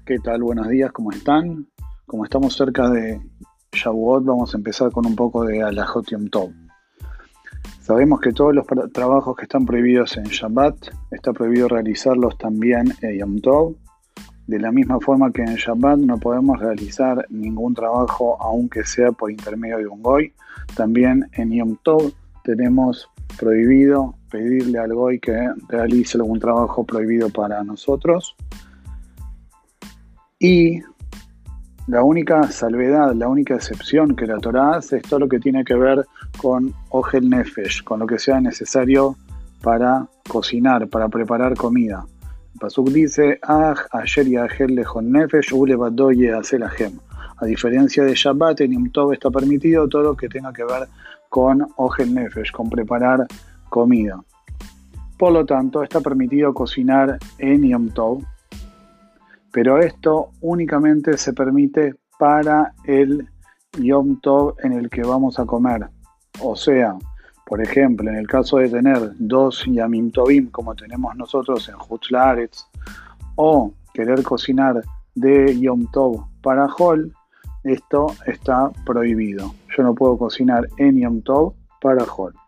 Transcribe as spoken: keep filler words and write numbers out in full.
¿Qué tal? Buenos días, ¿cómo están? Como estamos cerca de Shavuot, vamos a empezar con un poco de Alajot Yom Tov. Sabemos que todos los trabajos que están prohibidos en Shabbat, está prohibido realizarlos también en Yom Tov. De la misma forma que en Shabbat no podemos realizar ningún trabajo, aunque sea por intermedio de un goy. También en Yom Tov tenemos prohibido pedirle al goy que realice algún trabajo prohibido para nosotros. Y la única salvedad, la única excepción que la Torá hace es todo lo que tiene que ver con Ojel Nefesh, con lo que sea necesario para cocinar, para preparar comida. El pasuk dice, Ah, ayer yahel lejón nefesh, ule badoye aselahem. A diferencia de Shabbat, en Yom Tov está permitido todo lo que tenga que ver con Ojel Nefesh, con preparar comida. Por lo tanto, está permitido cocinar en Yom Tov, pero esto únicamente se permite para el Yom Tov en el que vamos a comer. O sea, por ejemplo, en el caso de tener dos Yamim Tovim, como tenemos nosotros en Hutz La'aretz, o querer cocinar de Yom Tov para Hol, esto está prohibido. Yo no puedo cocinar en Yom Tov para Hol.